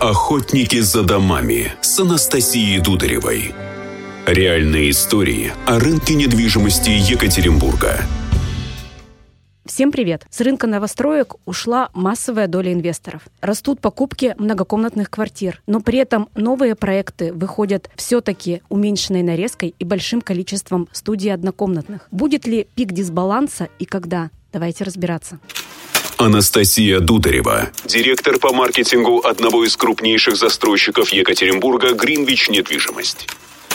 «Охотники за домами» с Анастасией Дударевой. Реальные истории о рынке недвижимости Екатеринбурга. Всем привет! С рынка новостроек ушла массовая доля инвесторов. Растут покупки многокомнатных квартир, но при этом новые проекты выходят все-таки уменьшенной нарезкой и большим количеством студий однокомнатных. Будет ли пик дисбаланса и когда? Давайте разбираться. Анастасия Дударева, директор по маркетингу одного из крупнейших застройщиков Екатеринбурга «Гринвич Недвижимость».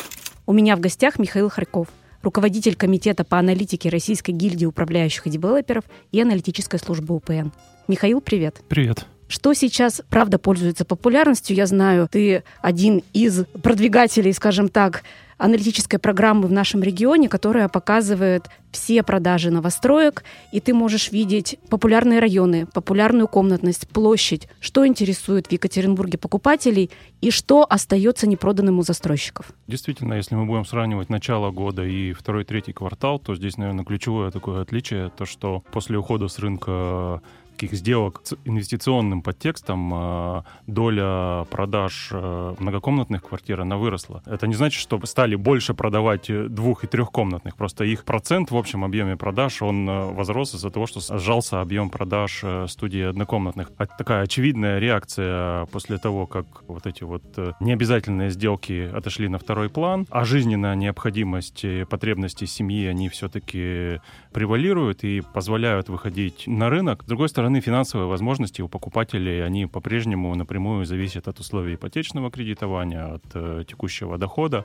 У меня в гостях Михаил Хорьков, руководитель комитета по аналитике Российской гильдии управляющих и девелоперов и аналитической службы УПН. Михаил, привет. Привет. Что сейчас, правда, пользуется популярностью? Я знаю, ты один из продвигателей, скажем так, аналитической программы в нашем регионе, которая показывает все продажи новостроек, и ты можешь видеть популярные районы, популярную комнатность, площадь, что интересует в Екатеринбурге покупателей и что остается непроданным у застройщиков. Действительно, если мы будем сравнивать начало года и второй-третий квартал, то здесь, наверное, ключевое такое отличие, то, что после ухода с рынка таких сделок с инвестиционным подтекстом доля продаж многокомнатных квартир, она выросла. Это не значит, что стали больше продавать двух- и трехкомнатных, просто их процент в общем объеме продаж, он возрос из-за того, что сжался объем продаж студий однокомнатных. Такая очевидная реакция после того, как вот эти вот необязательные сделки отошли на второй план, а жизненная необходимость, потребности семьи, они все-таки превалируют и позволяют выходить на рынок. С другой стороны, финансовые возможности у покупателей, они по-прежнему напрямую зависят от условий ипотечного кредитования, от текущего дохода.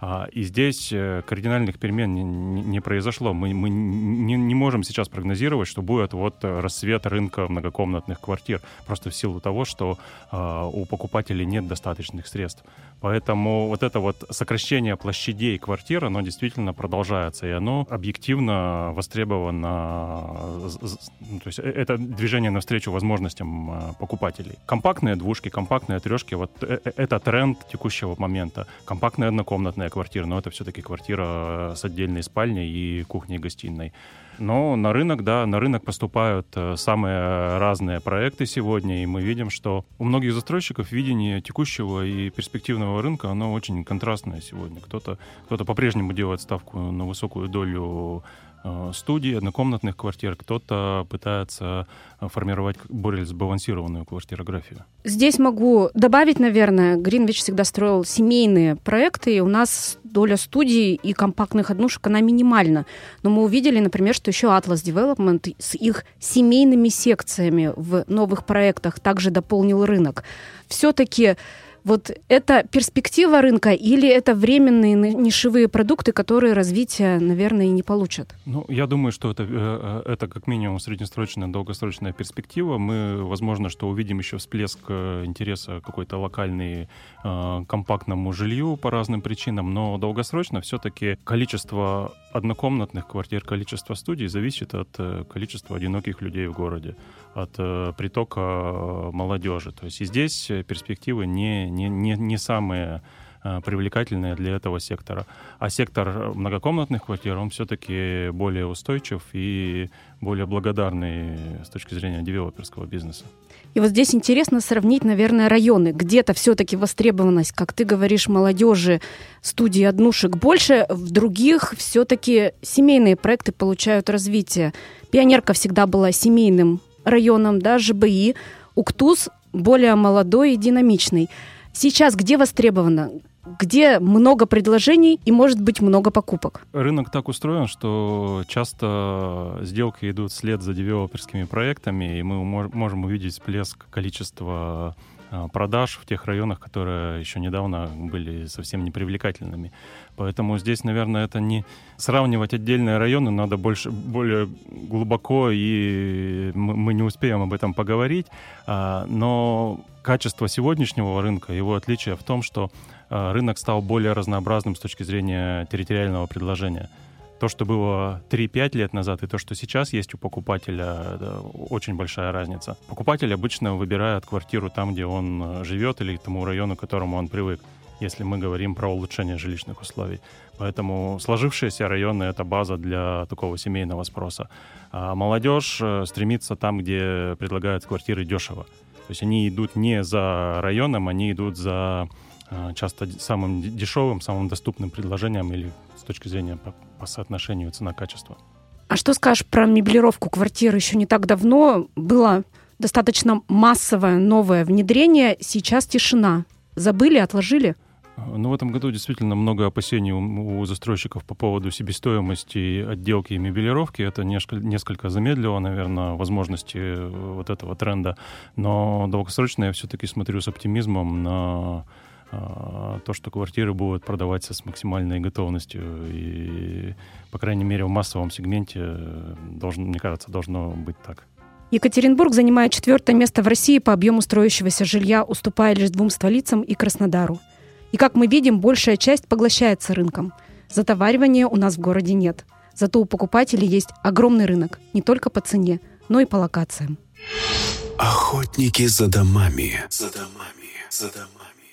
И здесь кардинальных перемен не произошло. Мы не можем сейчас прогнозировать, что будет вот расцвет рынка многокомнатных квартир, просто в силу того, что у покупателей нет достаточных средств. Поэтому вот это вот сокращение площадей квартир, оно действительно продолжается, и оно объективно востребовано. То есть это движение навстречу возможностям покупателей. Компактные двушки, компактные трешки, вот это тренд текущего момента. Компактная однокомнатная квартира, но это все-таки квартира с отдельной спальней и кухней и гостиной. Но на рынок поступают самые разные проекты сегодня, и мы видим, что у многих застройщиков видение текущего и перспективного рынка, оно очень контрастное сегодня. Кто-то по-прежнему делает ставку на высокую долю студий, однокомнатных квартир, кто-то пытается формировать более сбалансированную квартирографию. Здесь могу добавить, наверное, Гринвич всегда строил семейные проекты, и у нас доля студий и компактных однушек, она минимальна. Но мы увидели, например, что еще Atlas Development с их семейными секциями в новых проектах также дополнил рынок. Все-таки вот это перспектива рынка или это временные нишевые продукты, которые развития, наверное, и не получат? Я думаю, что это как минимум среднесрочная, долгосрочная перспектива. Мы, возможно, что увидим еще всплеск интереса какой-то локальный к компактному жилью по разным причинам, но долгосрочно все-таки количество однокомнатных квартир, количество студий зависит от количества одиноких людей в городе, от притока молодежи. То есть и здесь перспективы не самые привлекательные для этого сектора. А сектор многокомнатных квартир, он все-таки более устойчив и более благодарный с точки зрения девелоперского бизнеса. И вот здесь интересно сравнить, наверное, районы. Где-то все-таки востребованность, как ты говоришь, молодежи, студии однушек больше, в других все-таки семейные проекты получают развитие. Пионерка всегда была семейным районом, да, ЖБИ, Уктус более молодой и динамичный. Сейчас где востребовано? Где много предложений и, может быть, много покупок? Рынок так устроен, что часто сделки идут вслед за девелоперскими проектами, и мы можем увидеть всплеск количества продаж в тех районах, которые еще недавно были совсем непривлекательными. Поэтому здесь, наверное, это не сравнивать отдельные районы, надо более глубоко, и мы не успеем об этом поговорить. Но качество сегодняшнего рынка, его отличие в том, что рынок стал более разнообразным с точки зрения территориального предложения. То, что было 3-5 лет назад, и то, что сейчас есть у покупателя, очень большая разница. Покупатель обычно выбирает квартиру там, где он живет, или к тому району, к которому он привык, если мы говорим про улучшение жилищных условий. Поэтому сложившиеся районы — это база для такого семейного спроса. А молодежь стремится там, где предлагают квартиры дешево. То есть они идут не за районом, они идут за часто самым дешевым, самым доступным предложением или с точки зрения по соотношению цена-качество. А что скажешь про меблировку квартиры? Еще не так давно было достаточно массовое новое внедрение, сейчас тишина. Забыли, отложили? Ну, в этом году действительно много опасений у застройщиков по поводу себестоимости отделки и мебелировки. Это несколько замедлило, наверное, возможности вот этого тренда. Но долгосрочно я все-таки смотрю с оптимизмом на то, что квартиры будут продаваться с максимальной готовностью. И, по крайней мере, в массовом сегменте, мне кажется, должно быть так. Екатеринбург занимает 4-е место в России по объему строящегося жилья, уступая лишь 2 столицам и Краснодару. И, как мы видим, большая часть поглощается рынком. Затоваривания у нас в городе нет. Зато у покупателей есть огромный рынок, не только по цене, но и по локациям. Охотники за домами. За домами. За домами.